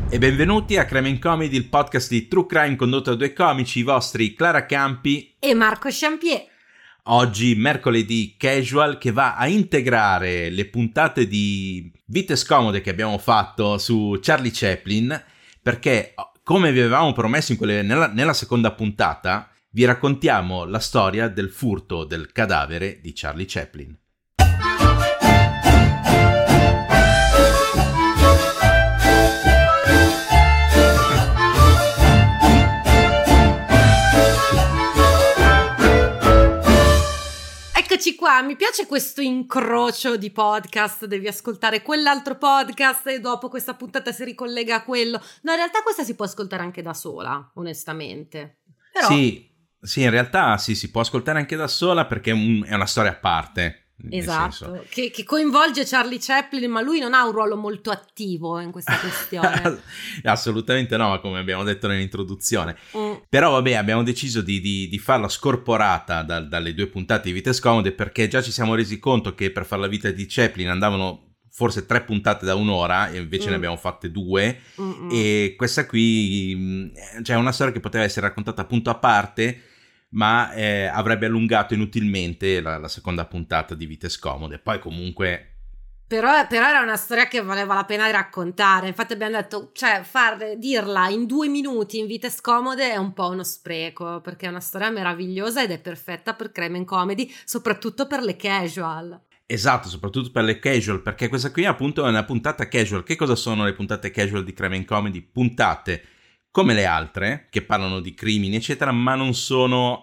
E benvenuti a Crime and Comedy, il podcast di True Crime condotto da due comici, i vostri Clara Campi e Marco Champier. Oggi, mercoledì casual, che va a integrare le puntate di Vite Scomode che abbiamo fatto su Charlie Chaplin, perché, come vi avevamo promesso nella seconda puntata, vi raccontiamo la storia del furto del cadavere di Charlie Chaplin. Eccoci qua, mi piace questo incrocio di podcast, devi ascoltare quell'altro podcast e dopo questa puntata si ricollega a quello. No, in realtà questa si può ascoltare anche da sola, onestamente. Però... Sì, in realtà sì, si può ascoltare anche da sola perché è una storia a parte. Esatto, che coinvolge Charlie Chaplin, ma lui non ha un ruolo molto attivo in questa questione. Assolutamente no, ma come abbiamo detto nell'introduzione. Però vabbè, abbiamo deciso di farla scorporata dalle due puntate di Vite Scomode, perché già ci siamo resi conto che per fare la vita di Chaplin andavano forse 3 puntate da un'ora e invece ne abbiamo fatte 2. E questa qui cioè, è una storia che poteva essere raccontata appunto a parte, ma avrebbe allungato inutilmente la seconda puntata di Vite Scomode. Poi comunque però era una storia che valeva la pena di raccontare. Infatti abbiamo detto, cioè dirla in 2 minuti in Vite Scomode è un po' uno spreco, perché è una storia meravigliosa ed è perfetta per crime and comedy, soprattutto per le casual. Esatto, soprattutto per le casual, perché questa qui appunto è una puntata casual. Che cosa sono le puntate casual di crime and comedy? Puntate come le altre, che parlano di crimini, eccetera, ma non sono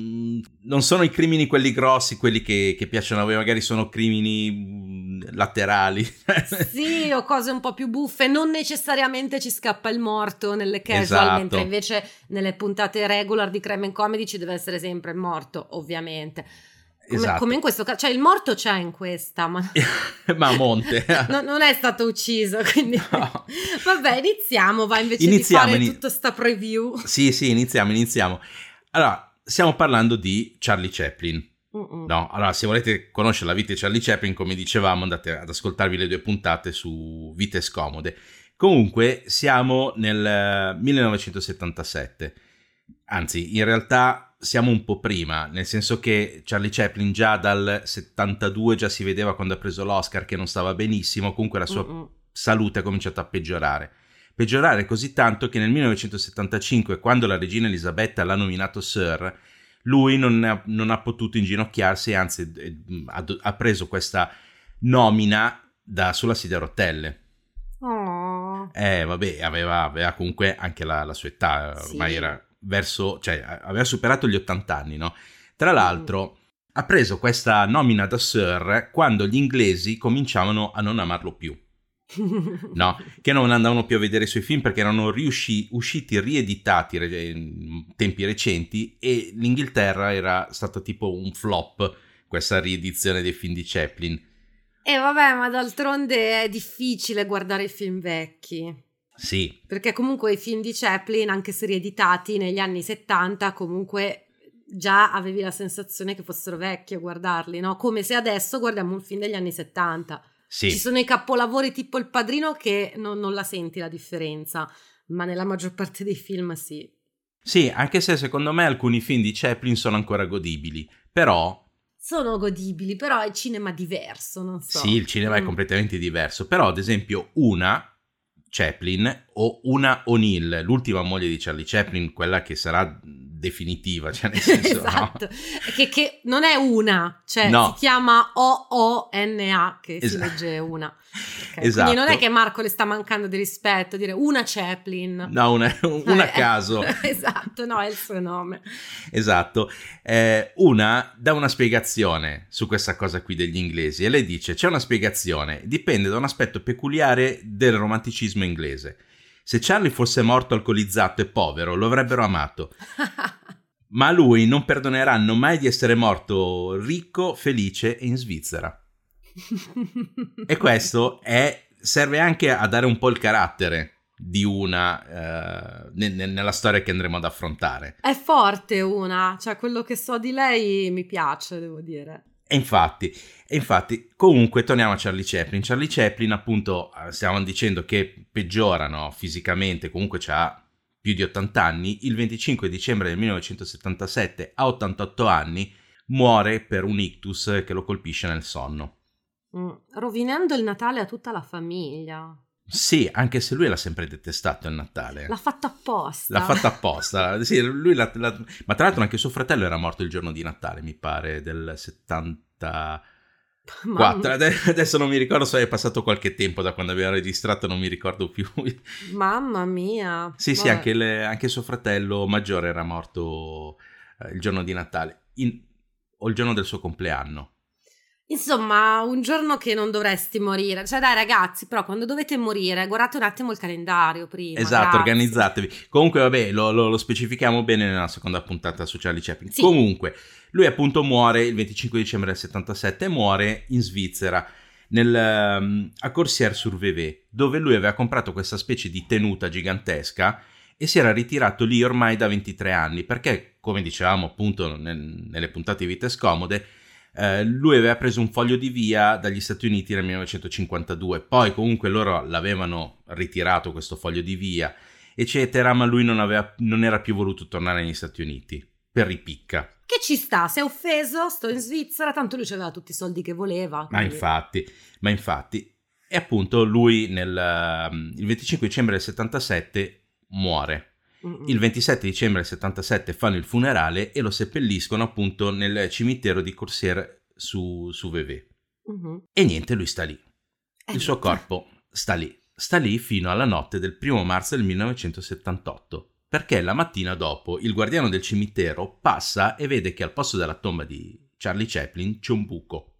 i crimini quelli grossi, quelli che piacciono a voi, magari sono crimini laterali. Sì, o cose un po' più buffe, non necessariamente ci scappa il morto nelle casual, esatto. Mentre invece nelle puntate regular di crime and comedy ci deve essere sempre il morto, ovviamente. Come in questo caso, cioè il morto c'è in questa, ma a monte. non è stato ucciso, quindi no. Vabbè, iniziamo di fare tutta sta preview. Sì, iniziamo. Allora, stiamo parlando di Charlie Chaplin. No, allora se volete conoscere la vita di Charlie Chaplin, come dicevamo, andate ad ascoltarvi le 2 puntate su Vite Scomode. Comunque siamo nel 1977. Anzi, in realtà siamo un po' prima, nel senso che Charlie Chaplin già dal 72 già si vedeva, quando ha preso l'Oscar, che non stava benissimo. Comunque la sua salute ha cominciato a peggiorare così tanto che nel 1975, quando la regina Elisabetta l'ha nominato Sir, lui non ha potuto inginocchiarsi, anzi ha preso questa nomina sulla sedia a rotelle. Vabbè, aveva comunque anche la sua età, ormai era aveva superato gli 80 anni, no? Tra l'altro ha preso questa nomina da Sir quando gli inglesi cominciavano a non amarlo più. No, che non andavano più a vedere i suoi film perché erano usciti rieditati in tempi recenti, e l'Inghilterra era stato tipo un flop questa riedizione dei film di Chaplin. E vabbè, ma d'altronde è difficile guardare i film vecchi. Sì. Perché comunque i film di Chaplin, anche se rieditati negli anni 70, comunque già avevi la sensazione che fossero vecchi a guardarli, no? Come se adesso guardiamo un film degli anni 70. Sì. Ci sono i capolavori tipo Il Padrino che non la senti la differenza, ma nella maggior parte dei film sì. Sì, anche se secondo me alcuni film di Chaplin sono ancora godibili, però... Sono godibili, però è cinema diverso, non so. Sì, il cinema è completamente diverso, però ad esempio una Chaplin o una O'Neill, l'ultima moglie di Charlie Chaplin, quella che sarà definitiva, cioè nel senso, esatto, no? che non è una, cioè no. Si chiama OONA, che si legge una. Okay. Esatto. Quindi non è che Marco le sta mancando di rispetto dire una Chaplin. No, una a caso. Esatto, no, è il suo nome. Esatto. Una dà una spiegazione su questa cosa qui degli inglesi, e lei dice: c'è una spiegazione, dipende da un aspetto peculiare del romanticismo inglese. Se Charlie fosse morto alcolizzato e povero, lo avrebbero amato. Ma a lui non perdoneranno mai di essere morto ricco, felice e in Svizzera. E questo serve anche a dare un po' il carattere di una nella storia che andremo ad affrontare. È forte una, cioè quello che so di lei mi piace, devo dire. E infatti, comunque torniamo a Charlie Chaplin. Charlie Chaplin, appunto, stiamo dicendo che peggiora, no, fisicamente, comunque c'ha più di 80 anni. Il 25 dicembre del 1977, a 88 anni, muore per un ictus che lo colpisce nel sonno. Rovinando il Natale a tutta la famiglia. Sì, anche se lui l'ha sempre detestato il Natale. L'ha fatto apposta. Sì, ma tra l'altro anche suo fratello era morto il giorno di Natale, mi pare, del 74. Adesso non mi ricordo se è passato qualche tempo da quando abbiamo registrato, non mi ricordo più. Mamma mia. Sì, anche suo fratello maggiore era morto il giorno di Natale, o il giorno del suo compleanno. Insomma, un giorno che non dovresti morire. Cioè, dai ragazzi, però quando dovete morire, guardate un attimo il calendario prima. Esatto, grazie. Organizzatevi. Comunque, vabbè, lo specifichiamo bene nella seconda puntata su Charlie Chaplin. Sì. Comunque, lui appunto muore il 25 dicembre del 77, muore in Svizzera, a Corsier-sur-Vevey, dove lui aveva comprato questa specie di tenuta gigantesca e si era ritirato lì ormai da 23 anni, perché, come dicevamo appunto nelle puntate di Vite Scomode, lui aveva preso un foglio di via dagli Stati Uniti nel 1952, poi comunque loro l'avevano ritirato questo foglio di via, eccetera, ma lui non era più voluto tornare negli Stati Uniti, per ripicca. Che ci sta, sei offeso, sto in Svizzera, tanto lui aveva tutti i soldi che voleva. Quindi... Ma infatti, e appunto lui il 25 dicembre del 77 muore. Il 27 dicembre del 77 fanno il funerale e lo seppelliscono appunto nel cimitero di Corsier su Vevey. E niente, lui sta lì. Il suo corpo sta lì fino alla notte del 1 marzo del 1978, perché la mattina dopo il guardiano del cimitero passa e vede che al posto della tomba di Charlie Chaplin c'è un buco.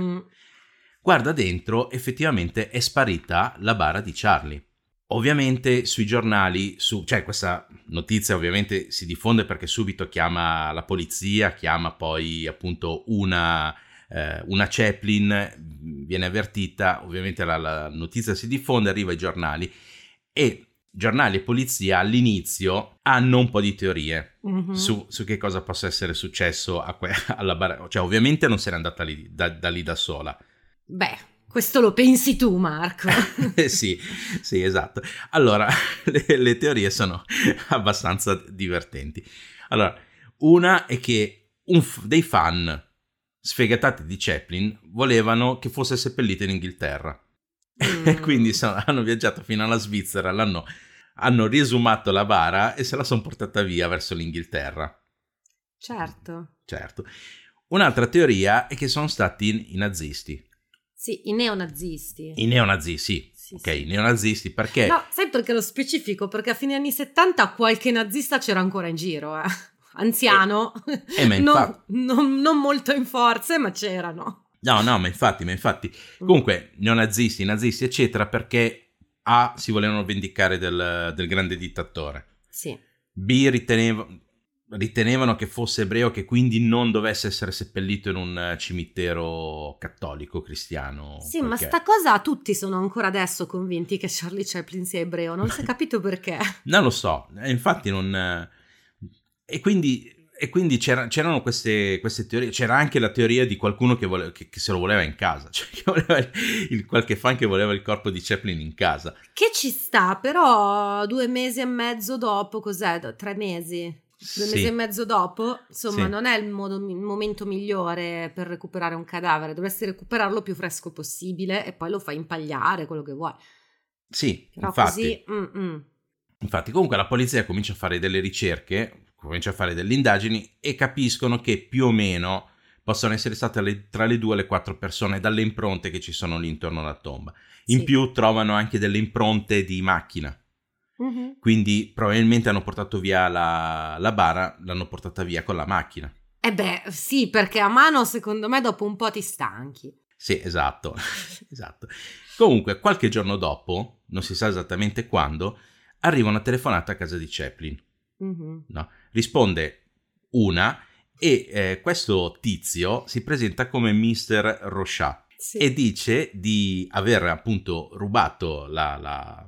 Guarda dentro, effettivamente è sparita la bara di Charlie. Ovviamente sui giornali, cioè questa notizia ovviamente si diffonde perché subito chiama la polizia, chiama poi appunto una Chaplin, viene avvertita, ovviamente la notizia si diffonde, arriva ai giornali e giornali e polizia all'inizio hanno un po' di teorie su che cosa possa essere successo alla bara, cioè ovviamente non se n'è andata lì, da lì da sola. Beh, questo lo pensi tu, Marco. Sì, esatto. Allora, le teorie sono abbastanza divertenti. Allora, una è che dei fan sfegatati di Chaplin volevano che fosse seppellita in Inghilterra. Quindi hanno viaggiato fino alla Svizzera, hanno riesumato la bara e se la sono portata via verso l'Inghilterra. Certo. Un'altra teoria è che sono stati i nazisti. Sì, i neonazisti. I neonazisti, sì. Ok, i neonazisti, perché? No, sai perché lo specifico? Perché a fine anni 70 qualche nazista c'era ancora in giro, anziano, non molto in forze, ma c'erano. No, ma infatti. Comunque, neonazisti, nazisti, eccetera, perché A, si volevano vendicare del grande dittatore. Sì. B, ritenevano che fosse ebreo, che quindi non dovesse essere seppellito in un cimitero cattolico cristiano. Sì, perché... ma sta cosa tutti sono ancora adesso convinti che Charlie Chaplin sia ebreo, non si è capito perché. Non lo so, infatti non... E quindi c'erano queste teorie, c'era anche la teoria di qualcuno che se lo voleva in casa, cioè che voleva qualche fan che voleva il corpo di Chaplin in casa. Che ci sta, però 2 mesi e mezzo dopo, cos'è? 3 mesi? 2 mesi e mezzo dopo, insomma, non è il momento migliore per recuperare un cadavere, dovresti recuperarlo più fresco possibile e poi lo fai impagliare, quello che vuoi. Sì, però infatti. Così, Infatti, comunque la polizia comincia a fare delle ricerche, comincia a fare delle indagini e capiscono che più o meno possono essere state tra le 2 e le 4 persone dalle impronte che ci sono lì intorno alla tomba. In più trovano anche delle impronte di macchina. Quindi probabilmente hanno portato via la bara, l'hanno portata via con la macchina. Sì, perché a mano secondo me dopo un po' ti stanchi. Sì, esatto. Comunque qualche giorno dopo, non si sa esattamente quando, arriva una telefonata a casa di Chaplin. No? Risponde una e questo tizio si presenta come Mr. Rochat e dice di aver appunto rubato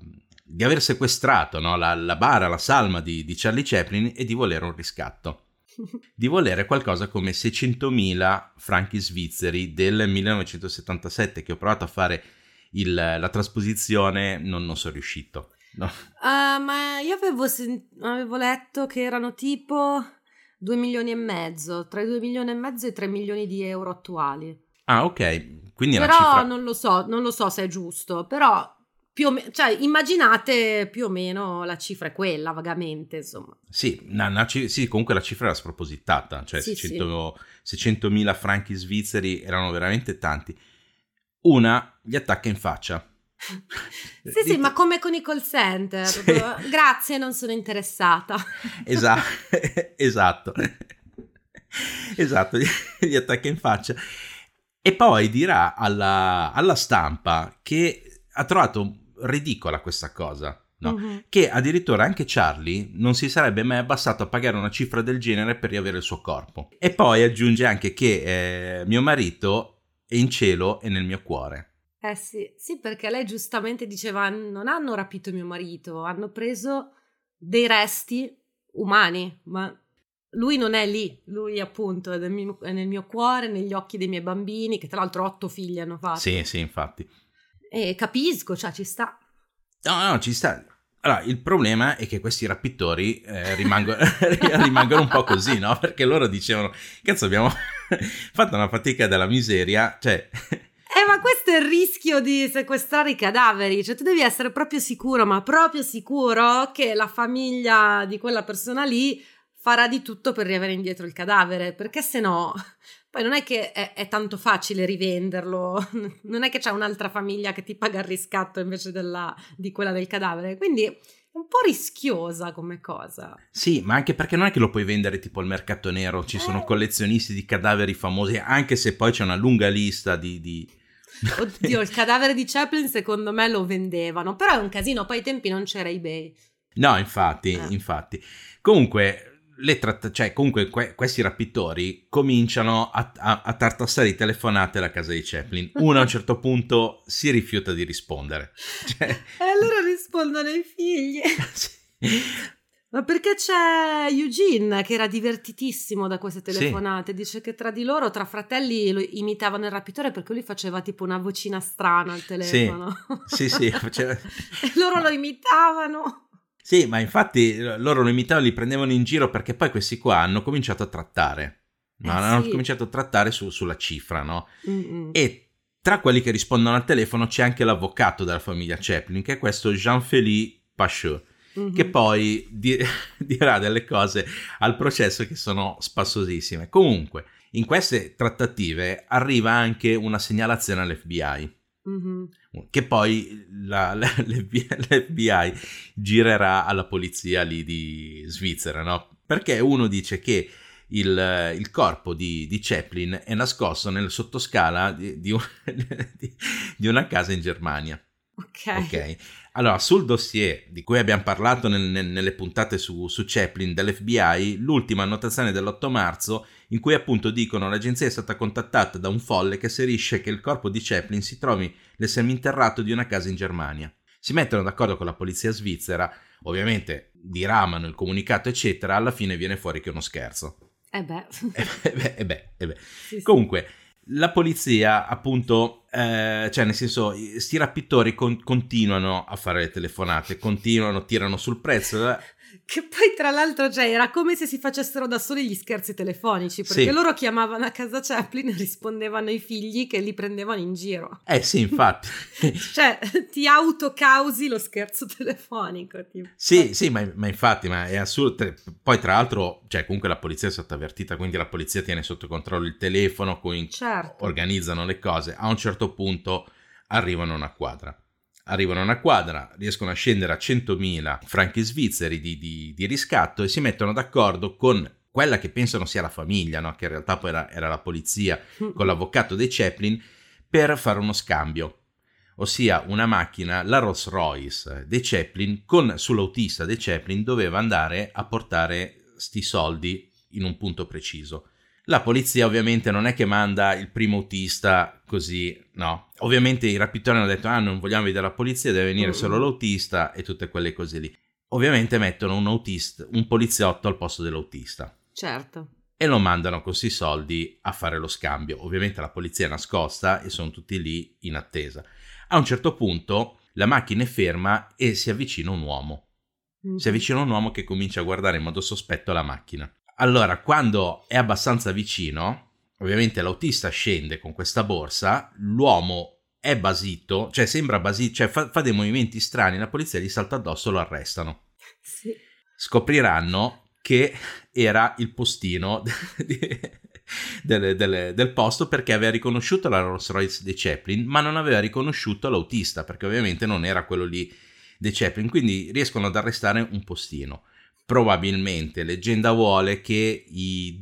di aver sequestrato, no, la bara, la salma di Charlie Chaplin e di volere un riscatto. di volere qualcosa come 600.000 franchi svizzeri del 1977, che ho provato a fare la trasposizione, non sono riuscito. No. Ma io avevo letto che erano tipo 2 milioni e mezzo, tra i 2 milioni e mezzo e i 3 milioni di euro attuali. Ah, ok, quindi è una però cifra... non lo so se è giusto, però più o meno, cioè immaginate più o meno la cifra è quella, vagamente, insomma. Sì, sì, comunque la cifra era spropositata, cioè Sì, 600.000 franchi svizzeri erano veramente tanti. Una gli attacca in faccia. Sì, ma come con i call center. Sì. Grazie, non sono interessata. Esatto, gli attacca in faccia. E poi dirà alla stampa che ha trovato ridicola questa cosa, no? Mm-hmm. Che addirittura anche Charlie non si sarebbe mai abbassato a pagare una cifra del genere per riavere il suo corpo. E poi aggiunge anche che mio marito è in cielo e nel mio cuore. Sì, perché lei giustamente diceva: non hanno rapito mio marito, hanno preso dei resti umani, ma lui non è lì, lui appunto è nel mio cuore, negli occhi dei miei bambini, che tra l'altro 8 figli hanno fatto. Sì, infatti. E capisco, cioè ci sta. No, ci sta. Allora, il problema è che questi rapitori rimangono un po' così, no? Perché loro dicevano, cazzo, abbiamo fatto una fatica della miseria, cioè... Ma questo è il rischio di sequestrare i cadaveri, cioè tu devi essere proprio sicuro, ma proprio sicuro che la famiglia di quella persona lì farà di tutto per riavere indietro il cadavere, perché se no poi non è che è tanto facile rivenderlo, non è che c'è un'altra famiglia che ti paga il riscatto invece di quella del cadavere, quindi è un po' rischiosa come cosa. Sì, ma anche perché non è che lo puoi vendere tipo al mercato nero, ci sono collezionisti di cadaveri famosi, anche se poi c'è una lunga lista di... Oddio, il cadavere di Chaplin secondo me lo vendevano, però è un casino, poi ai tempi non c'era eBay. No, infatti. Comunque, questi rapitori cominciano a tartassare di telefonate alla casa di Chaplin. Uno a un certo punto si rifiuta di rispondere. E allora rispondono i figli. Sì. Ma perché c'è Eugene che era divertitissimo da queste telefonate, sì. Dice che tra di loro, tra fratelli, lo imitavano il rapitore perché lui faceva tipo una vocina strana al telefono. Sì, faceva... E loro lo imitavano. Sì, ma infatti loro lo imitavano, li prendevano in giro perché poi questi qua hanno cominciato a trattare, no? Hanno cominciato a trattare sulla cifra, no? Mm-mm. E tra quelli che rispondono al telefono c'è anche l'avvocato della famiglia Chaplin, che è questo Jean-Philippe Pacheux. Mm-hmm. Che poi dirà delle cose al processo che sono spassosissime. Comunque, in queste trattative arriva anche una segnalazione all'FBI, mm-hmm. Che poi l'FBI girerà alla polizia lì di Svizzera, no? Perché uno dice che il corpo di Chaplin è nascosto nel sottoscala di una casa in Germania. Ok. Allora, sul dossier di cui abbiamo parlato nelle puntate su Chaplin dell'FBI, l'ultima annotazione dell'8 marzo, in cui appunto dicono: l'agenzia è stata contattata da un folle che asserisce che il corpo di Chaplin si trovi nel seminterrato di una casa in Germania. Si mettono d'accordo con la polizia svizzera, ovviamente diramano il comunicato eccetera, alla fine viene fuori che è uno scherzo. Sì. Comunque, la polizia appunto, cioè nel senso, sti rapitori continuano a fare le telefonate, tirano sul prezzo. Che poi tra l'altro, cioè, era come se si facessero da soli gli scherzi telefonici, perché loro chiamavano a casa Chaplin e rispondevano ai figli che li prendevano in giro. Sì, infatti. Cioè, ti autocausi lo scherzo telefonico. Tipo. Sì, ma infatti, ma è assurdo. Poi tra l'altro, cioè comunque la polizia è stata avvertita, quindi la polizia tiene sotto controllo il telefono, certo. Organizzano le cose. A un certo punto arrivano a una quadra, riescono a scendere a 100.000 franchi svizzeri di riscatto e si mettono d'accordo con quella che pensano sia la famiglia, no? Che in realtà poi era la polizia, con l'avvocato dei Chaplin, per fare uno scambio, ossia una macchina, la Rolls Royce dei Chaplin, sull'autista dei Chaplin doveva andare a portare sti soldi in un punto preciso. La polizia ovviamente non è che manda il primo autista così, no. Ovviamente i rapitori hanno detto: non vogliamo vedere la polizia, deve venire solo l'autista e tutte quelle cose lì. Ovviamente mettono un poliziotto al posto dell'autista. Certo. E lo mandano con questi soldi a fare lo scambio. Ovviamente la polizia è nascosta e sono tutti lì in attesa. A un certo punto la macchina è ferma e si avvicina un uomo. Si avvicina un uomo che comincia a guardare in modo sospetto la macchina. Allora, quando è abbastanza vicino, ovviamente l'autista scende con questa borsa, l'uomo è basito, cioè sembra basito, cioè fa dei movimenti strani, la polizia gli salta addosso e lo arrestano. Sì. Scopriranno che era il postino del posto, perché aveva riconosciuto la Rolls Royce dei Chaplin, ma non aveva riconosciuto l'autista, perché ovviamente non era quello lì dei Chaplin, quindi riescono ad arrestare un postino. Probabilmente, leggenda vuole che i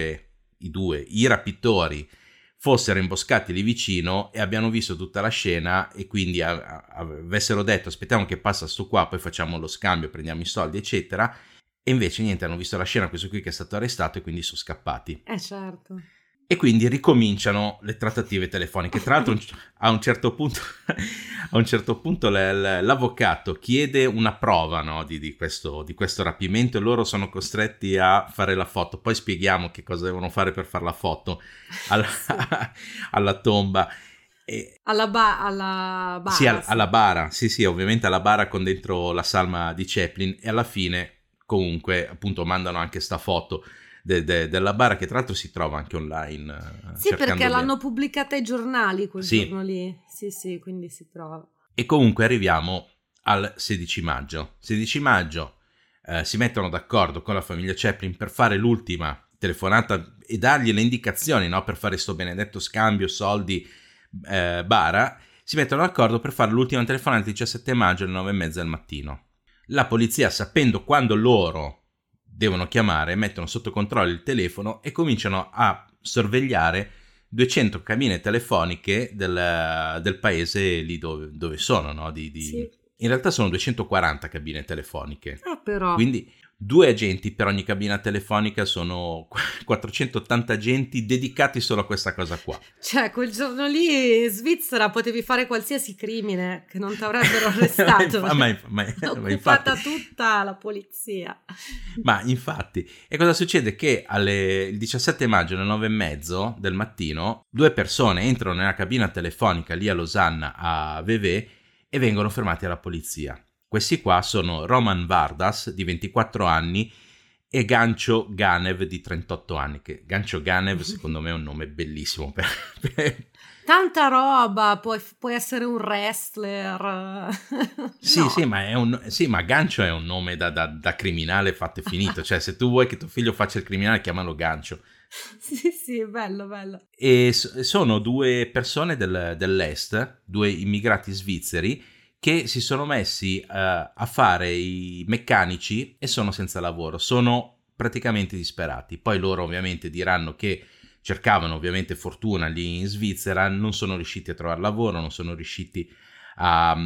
rapitori fossero imboscati lì vicino e abbiano visto tutta la scena e quindi avessero detto aspettiamo che passa sto qua, poi facciamo lo scambio, prendiamo i soldi eccetera, e invece niente, hanno visto la scena, questo qui che è stato arrestato, e quindi sono scappati. Certo. E quindi ricominciano le trattative telefoniche. Tra l'altro a un certo punto l'avvocato chiede una prova, no, di questo rapimento, e loro sono costretti a fare la foto. Poi spieghiamo che cosa devono fare per fare la foto alla tomba. Alla bara. Sì, alla bara, sì, ovviamente alla bara con dentro la salma di Chaplin, e alla fine comunque appunto mandano anche sta foto della bara, che tra l'altro si trova anche online. Sì, perché l'hanno pubblicata ai giornali quel giorno lì. Sì, quindi si trova. E comunque arriviamo al 16 maggio. 16 maggio si mettono d'accordo con la famiglia Chaplin per fare l'ultima telefonata e dargli le indicazioni, no, per fare sto benedetto scambio soldi bara. Si mettono d'accordo per fare l'ultima telefonata il 17 maggio alle 9:30 del mattino. La polizia, sapendo quando loro devono chiamare, mettono sotto controllo il telefono e cominciano a sorvegliare 200 cabine telefoniche del paese lì dove sono, no? Sì. In realtà sono 240 cabine telefoniche. Però. Quindi 2 agenti per ogni cabina telefonica, sono 480 agenti dedicati solo a questa cosa qua. Cioè, quel giorno lì in Svizzera potevi fare qualsiasi crimine che non ti avrebbero arrestato. ma occupata tutta la polizia. Ma infatti, e cosa succede? Che il 17 maggio alle 9:30 del mattino 2 persone entrano nella cabina telefonica lì a Losanna, a Vevey, e vengono fermati dalla polizia. Questi qua sono Roman Vardas, di 24 anni, e Gancho Ganev, di 38 anni. Che Gancho Ganev, secondo me, è un nome bellissimo. Tanta roba, puoi essere un wrestler. Sì, no. ma Gancio è un nome da criminale fatto e finito. Cioè, se tu vuoi che tuo figlio faccia il criminale, chiamalo Gancio. Sì, bello. E sono 2 persone dell'est, 2 immigrati svizzeri, che si sono messi a fare i meccanici e sono senza lavoro, sono praticamente disperati. Poi loro ovviamente diranno che cercavano ovviamente fortuna lì in Svizzera, non sono riusciti a trovare lavoro, non sono riusciti a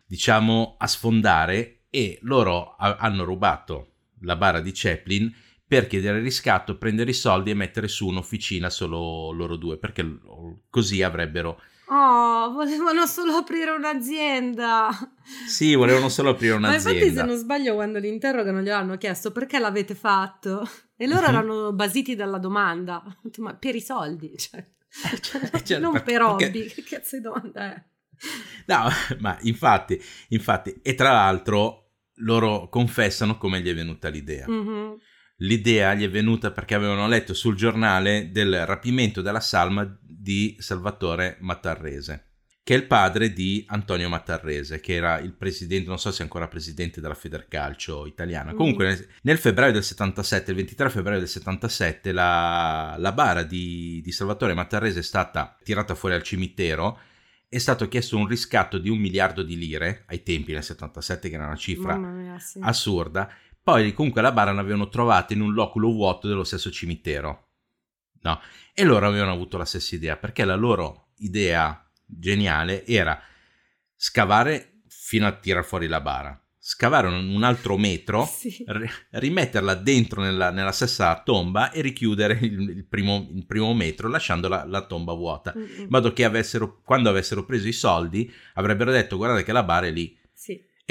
sfondare, e loro hanno rubato la bara di Chaplin per chiedere riscatto, prendere i soldi e mettere su un'officina solo loro 2, perché così avrebbero... Oh, volevano solo aprire un'azienda. Sì, volevano solo aprire un'azienda. Ma infatti, se non sbaglio, quando li interrogano gli hanno chiesto perché l'avete fatto, e loro erano basiti dalla domanda, ma per i soldi, cioè, non per hobby, che cazzo di domanda è? No, ma infatti, e tra l'altro loro confessano come gli è venuta l'idea. Mm-hmm. L'idea gli è venuta perché avevano letto sul giornale del rapimento della salma di Salvatore Mattarrese, che è il padre di Antonio Mattarrese, che era il presidente, non so se è ancora presidente della Federcalcio italiana. Comunque nel febbraio del 77, il 23 febbraio del 77, la bara di Salvatore Mattarrese è stata tirata fuori al cimitero. È stato chiesto un riscatto di 1 miliardo di lire, ai tempi nel 77, che era una cifra assurda. Poi comunque la bara l'avevano trovata in un loculo vuoto dello stesso cimitero, no? E loro avevano avuto la stessa idea, perché la loro idea geniale era scavare fino a tirar fuori la bara, scavare un altro metro, sì. Rimetterla dentro nella stessa tomba e richiudere il primo metro, lasciando la tomba vuota, in modo che quando avessero preso i soldi avrebbero detto guardate che la bara è lì. Sì.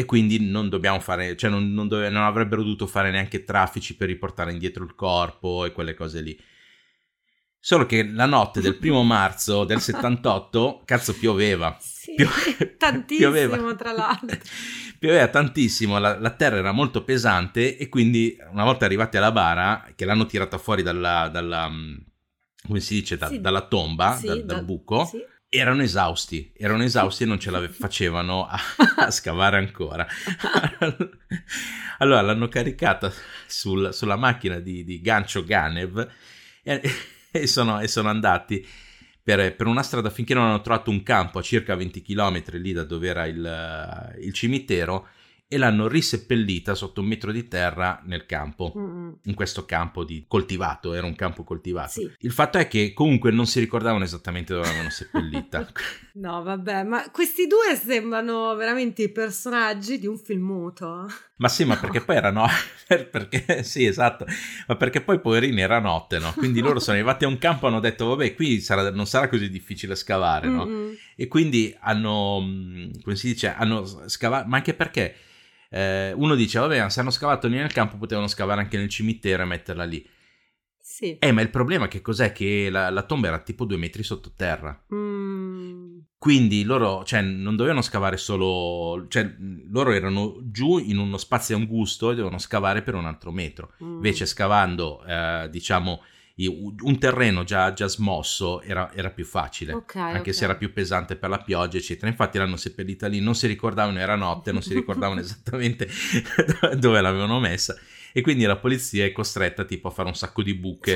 e quindi non dobbiamo fare, cioè non avrebbero dovuto fare neanche traffici per riportare indietro il corpo e quelle cose lì. Solo che la notte del 1 marzo del 78, cazzo, pioveva. Sì, tantissimo pioveva. Tra l'altro. Pioveva tantissimo, la terra era molto pesante e quindi una volta arrivati alla bara, che l'hanno tirata fuori dalla come si dice, dalla tomba, dal buco, sì. Erano esausti e non ce la facevano a scavare ancora. Allora l'hanno caricata sulla macchina di gancio Ganev e sono andati per una strada finché non hanno trovato un campo a circa 20 km lì da dove era il cimitero e l'hanno riseppellita sotto 1 metro di terra nel campo, in questo campo coltivato, era un campo coltivato. Sì. Il fatto è che comunque non si ricordavano esattamente dove l'avevano seppellita. No, vabbè, ma questi due sembrano veramente i personaggi di un film muto. Ma sì, ma perché poi era perché sì, esatto, ma perché poi poverini era notte, no? Quindi loro sono arrivati a un campo e hanno detto vabbè, qui non sarà così difficile scavare, no? E quindi hanno, come si dice, hanno scavato, ma anche perché uno dice vabbè, se hanno scavato lì nel campo potevano scavare anche nel cimitero e metterla lì. Sì. Ma il problema che cos'è? Che la tomba era tipo 2 metri sottoterra. Quindi loro, cioè, non dovevano scavare solo, cioè, loro erano giù in uno spazio angusto e dovevano scavare per un altro metro. Invece scavando, diciamo, un terreno già smosso era più facile, anche se era più pesante per la pioggia, eccetera. Infatti l'hanno seppellita lì, non si ricordavano, era notte, non si ricordavano esattamente dove l'avevano messa. E quindi la polizia è costretta tipo a fare un sacco di buche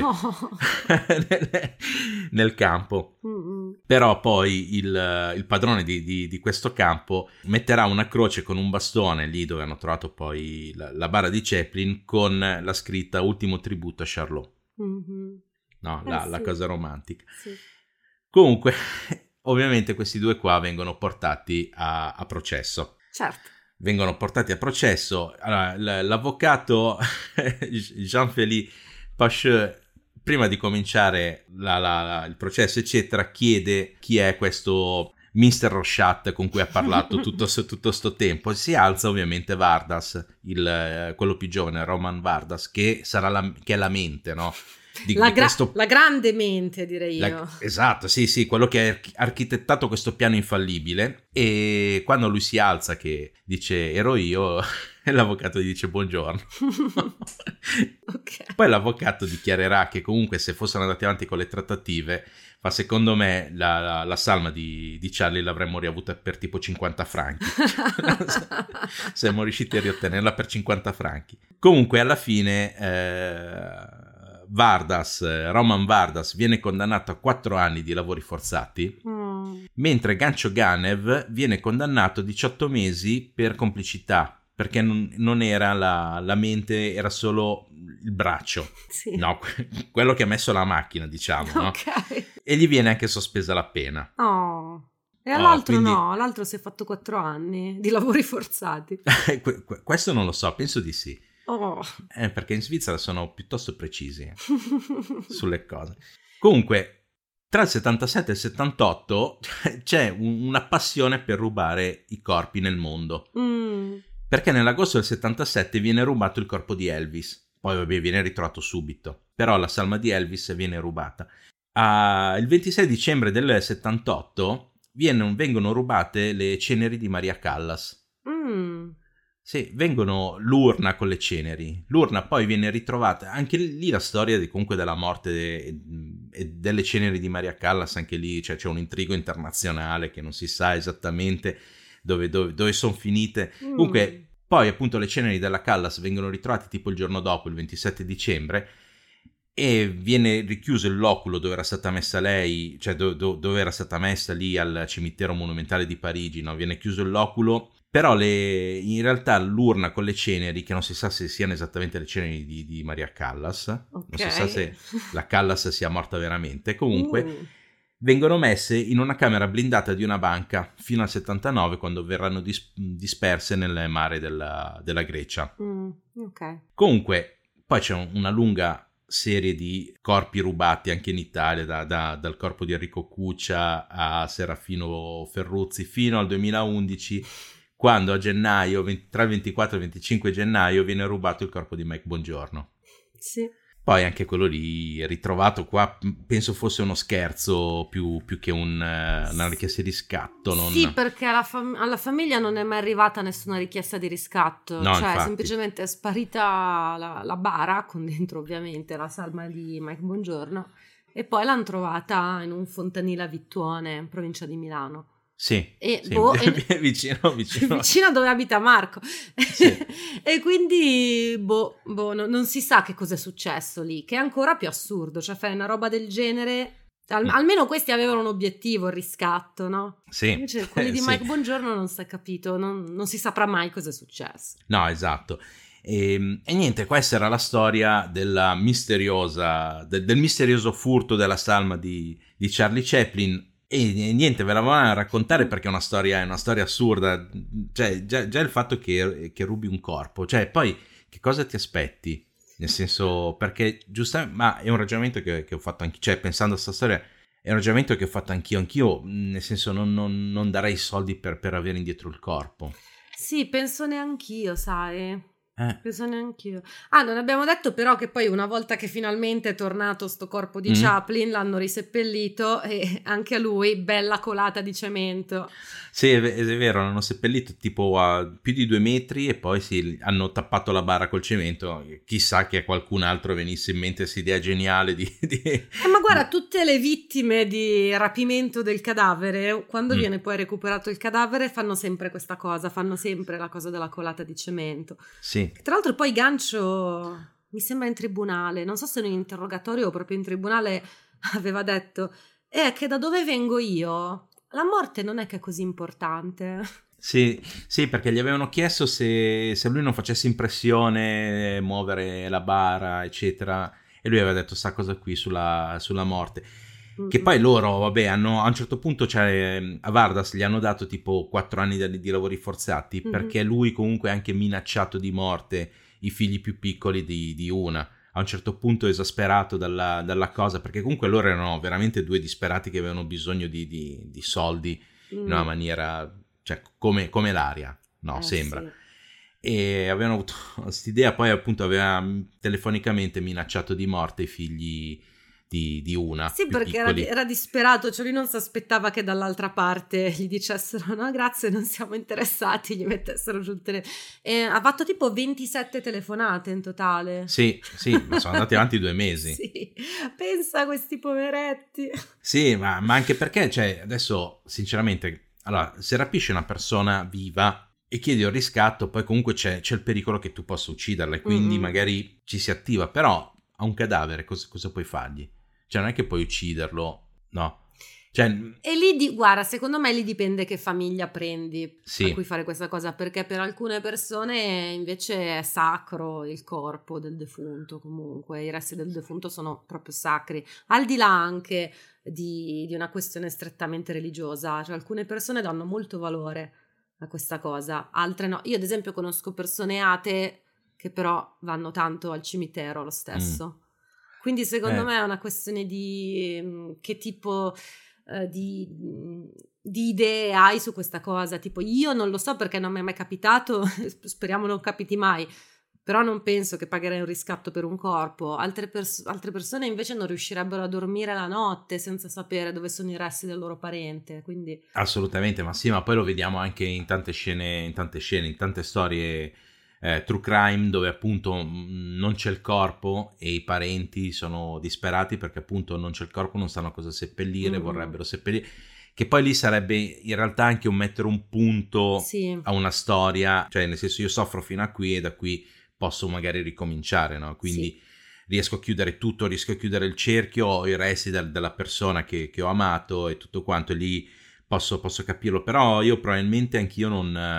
nel campo. Però poi il padrone di questo campo metterà una croce con un bastone lì dove hanno trovato poi la bara di Chaplin con la scritta ultimo tributo a Charlot. No, la cosa romantica. Sì. Comunque ovviamente questi due qua vengono portati a processo. Certo. Vengono portati a processo. Allora, l'avvocato Jean-Philippe Pacheux, prima di cominciare il processo, eccetera, chiede chi è questo Mr. Rochat con cui ha parlato tutto sto tempo. Si alza ovviamente Vardas, quello più giovane, Roman Vardas, che è la mente, no? La grande mente, direi io. Esatto, sì, quello che ha architettato questo piano infallibile. E quando lui si alza che dice ero io, e l'avvocato gli dice buongiorno. Okay. Poi l'avvocato dichiarerà che comunque se fossero andati avanti con le trattative, ma secondo me la salma di Charlie l'avremmo riavuta per tipo 50 franchi. Siamo riusciti a riottenerla per 50 franchi. Comunque alla fine Roman Vardas viene condannato a 4 anni di lavori forzati, mentre Gancho Ganev viene condannato a 18 mesi per complicità, perché non era la mente, era solo il braccio, sì. No, quello che ha messo la macchina, diciamo, no? Okay. E gli viene anche sospesa la pena. Oh. E all'altro quindi... no, l'altro si è fatto 4 anni di lavori forzati. Questo non lo so, penso di sì. Oh. Perché in Svizzera sono piuttosto precisi sulle cose. Comunque, tra il 77 e il 78 c'è una passione per rubare i corpi nel mondo. Perché nell'agosto del 77 viene rubato il corpo di Elvis. Poi vabbè, viene ritrovato subito. Però la salma di Elvis viene rubata. Il 26 dicembre del 78 vengono rubate le ceneri di Maria Callas. Sì, vengono l'urna con le ceneri. L'urna poi viene ritrovata, anche lì la storia comunque della morte e delle ceneri di Maria Callas, anche lì c'è un intrigo internazionale che non si sa esattamente dove sono finite. Comunque poi appunto le ceneri della Callas vengono ritrovate tipo il giorno dopo, il 27 dicembre, e viene richiuso il loculo dove era stata messa lei, cioè dove era stata messa lì al cimitero monumentale di Parigi, no? Viene chiuso il loculo. Però in realtà l'urna con le ceneri, che non si sa se siano esattamente le ceneri di Maria Callas, non si sa se la Callas sia morta veramente, comunque vengono messe in una camera blindata di una banca fino al 79, quando verranno disperse nel mare della Grecia. Okay. Comunque poi c'è una lunga serie di corpi rubati anche in Italia, dal corpo di Enrico Cuccia a Serafino Ferruzzi fino al 2011, quando a gennaio, tra il 24 e il 25 gennaio, viene rubato il corpo di Mike Bongiorno. Sì. Poi anche quello lì ritrovato qua, penso fosse uno scherzo più che una richiesta di riscatto. Sì, perché alla famiglia non è mai arrivata nessuna richiesta di riscatto, No, cioè infatti. semplicemente è sparita la bara, con dentro ovviamente la salma di Mike Bongiorno, e poi l'hanno trovata in un fontanile a Vittuone, in provincia di Milano. Sì, E sì, vicino. vicino a dove abita Marco. Sì. E quindi non si sa che cosa è successo lì, che è ancora più assurdo, cioè fai una roba del genere, almeno questi avevano un obiettivo, il riscatto, no? Sì. Invece quelli di sì. Mike Bongiorno non si è capito, non si saprà mai cosa è successo. No, esatto. E niente, questa era la storia della del misterioso furto della salma di Charlie Chaplin. E niente, ve la voglio raccontare perché è una storia assurda. Cioè, già il fatto che rubi un corpo, cioè, poi che cosa ti aspetti? Nel senso, perché giustamente, ma è un ragionamento che ho fatto anche, cioè, pensando a questa storia, è un ragionamento che ho fatto anch'io, nel senso, non darei soldi per avere indietro il corpo. Sì, penso neanch'io, sai. Penso neanch'io. Non abbiamo detto però che poi una volta che finalmente è tornato sto corpo di Chaplin, l'hanno riseppellito e anche a lui bella colata di cemento. Sì, è vero, l'hanno seppellito tipo a più di 2 metri e poi hanno tappato la bara col cemento. Chissà che a qualcun altro venisse in mente questa idea geniale ma guarda, tutte le vittime di rapimento del cadavere, quando viene poi recuperato il cadavere, fanno sempre questa cosa, fanno sempre la cosa della colata di cemento. Sì. Tra l'altro poi Gancio, mi sembra in tribunale, non so se in un interrogatorio o proprio in tribunale, aveva detto che da dove vengo io la morte non è che è così importante. Sì, perché gli avevano chiesto se lui non facesse impressione muovere la bara, eccetera, e lui aveva detto sta cosa qui sulla morte. Che poi loro, vabbè, a un certo punto, cioè, a Vardas gli hanno dato tipo 4 anni di lavori forzati, perché lui comunque ha anche minacciato di morte i figli più piccoli di una. A un certo punto esasperato dalla cosa, perché comunque loro erano veramente 2 disperati che avevano bisogno di soldi in una maniera, cioè, come l'aria, no, sembra. Sì. E avevano avuto quest'idea, poi appunto aveva telefonicamente minacciato di morte i figli di una. Sì, perché era disperato, cioè lui non si aspettava che dall'altra parte gli dicessero no grazie, non siamo interessati, gli mettessero giù il telefono. Ha fatto tipo 27 telefonate in totale. Sì, ma sono andati avanti 2 mesi. Sì, pensa a questi poveretti. Sì, ma anche perché, cioè, adesso sinceramente, allora, se rapisci una persona viva e chiedi un riscatto, poi comunque c'è il pericolo che tu possa ucciderla e quindi magari ci si attiva, però a un cadavere cosa puoi fargli? Cioè non è che puoi ucciderlo, no? Cioè, e lì, guarda, secondo me lì dipende che famiglia prendi a cui fare questa cosa, perché per alcune persone invece è sacro il corpo del defunto, comunque i resti del defunto sono proprio sacri, al di là anche di una questione strettamente religiosa, cioè alcune persone danno molto valore a questa cosa, altre no. Io ad esempio conosco persone atee che però vanno tanto al cimitero lo stesso. Quindi secondo me è una questione di che tipo di idee hai su questa cosa. Tipo io non lo so perché non mi è mai capitato, speriamo non capiti mai, però non penso che pagherei un riscatto per un corpo. Altre persone invece non riuscirebbero a dormire la notte senza sapere dove sono i resti del loro parente. Quindi assolutamente, ma sì, ma poi lo vediamo anche in tante scene, in tante storie true crime dove appunto non c'è il corpo e i parenti sono disperati perché appunto non c'è il corpo, non sanno cosa seppellire, vorrebbero seppellire, che poi lì sarebbe in realtà anche un mettere un punto a una storia, cioè nel senso io soffro fino a qui e da qui posso magari ricominciare, no? Quindi riesco a chiudere tutto, riesco a chiudere il cerchio, ho i resti della persona che ho amato e tutto quanto, e lì posso capirlo, però io probabilmente anch'io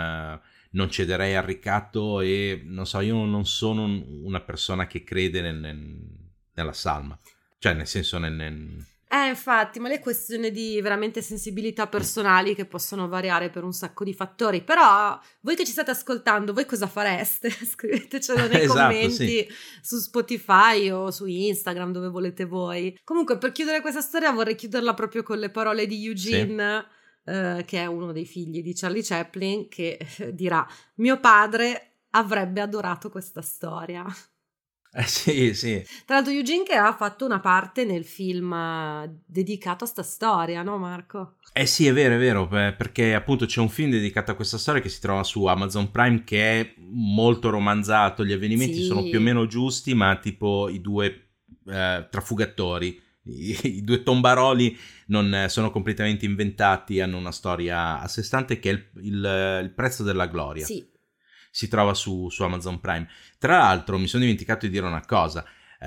non cederei al ricatto e non so, io non sono una persona che crede nella salma, cioè nel senso infatti, ma le questioni di veramente sensibilità personali che possono variare per un sacco di fattori, però voi che ci state ascoltando, voi cosa fareste? Scrivetecelo nei commenti su Spotify o su Instagram, dove volete voi. Comunque, per chiudere questa storia vorrei chiuderla proprio con le parole di Eugene che è uno dei figli di Charlie Chaplin, che dirà: mio padre avrebbe adorato questa storia. Sì, sì. Tra l'altro Eugene che ha fatto una parte nel film dedicato a sta storia, no Marco? Sì, è vero, perché appunto c'è un film dedicato a questa storia che si trova su Amazon Prime, che è molto romanzato, gli avvenimenti sono più o meno giusti, ma tipo i due trafugatori, i due tombaroli non sono completamente inventati, hanno una storia a sé stante, che è il prezzo della gloria. Sì. Si trova su Amazon Prime. Tra l'altro mi sono dimenticato di dire una cosa,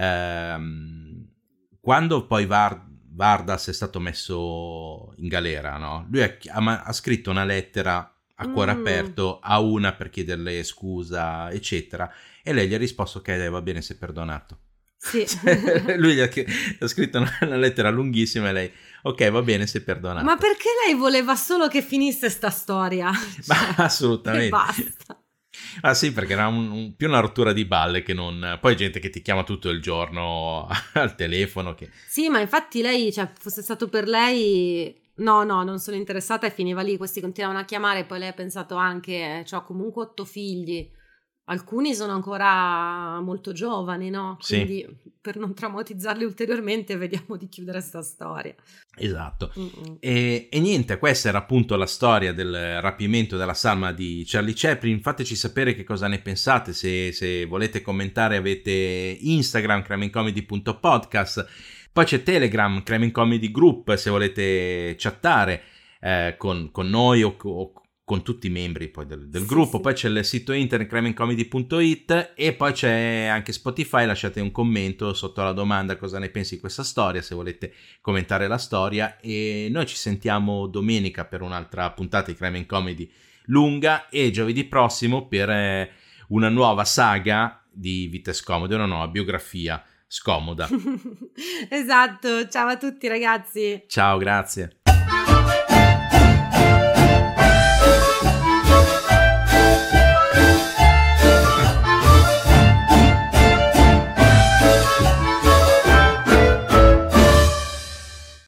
quando poi Vardas è stato messo in galera, no? Lui ha scritto una lettera a cuore aperto a una per chiederle scusa, eccetera, e lei gli ha risposto che va bene se perdonato. Sì. Lui gli ha scritto una lettera lunghissima e lei, ok, va bene se perdonato. Ma perché lei voleva solo che finisse sta storia? Ma assolutamente. E basta. Ah sì, perché era più una rottura di balle che non... Poi gente che ti chiama tutto il giorno al telefono che... Sì, ma infatti lei, cioè, fosse stato per lei... No, non sono interessata, e finiva lì. Questi continuavano a chiamare, poi lei ha pensato anche, cioè, ho comunque 8 figli. Alcuni sono ancora molto giovani, no? Quindi per non traumatizzarli ulteriormente vediamo di chiudere sta storia. Esatto. E niente, questa era appunto la storia del rapimento della salma di Charlie Chaplin. Fateci sapere che cosa ne pensate, se volete commentare avete Instagram crimeandcomedy.podcast, poi c'è Telegram Crime and Comedy Group se volete chattare con noi o con tutti i membri poi del gruppo. Poi c'è il sito internet crimeandcomedy.it e poi c'è anche Spotify. Lasciate un commento sotto la domanda cosa ne pensi di questa storia, se volete commentare la storia, e noi ci sentiamo domenica per un'altra puntata di Crime and Comedy lunga, e giovedì prossimo per una nuova saga di Vite Scomode, una nuova biografia scomoda. Esatto, ciao a tutti ragazzi. Ciao, grazie.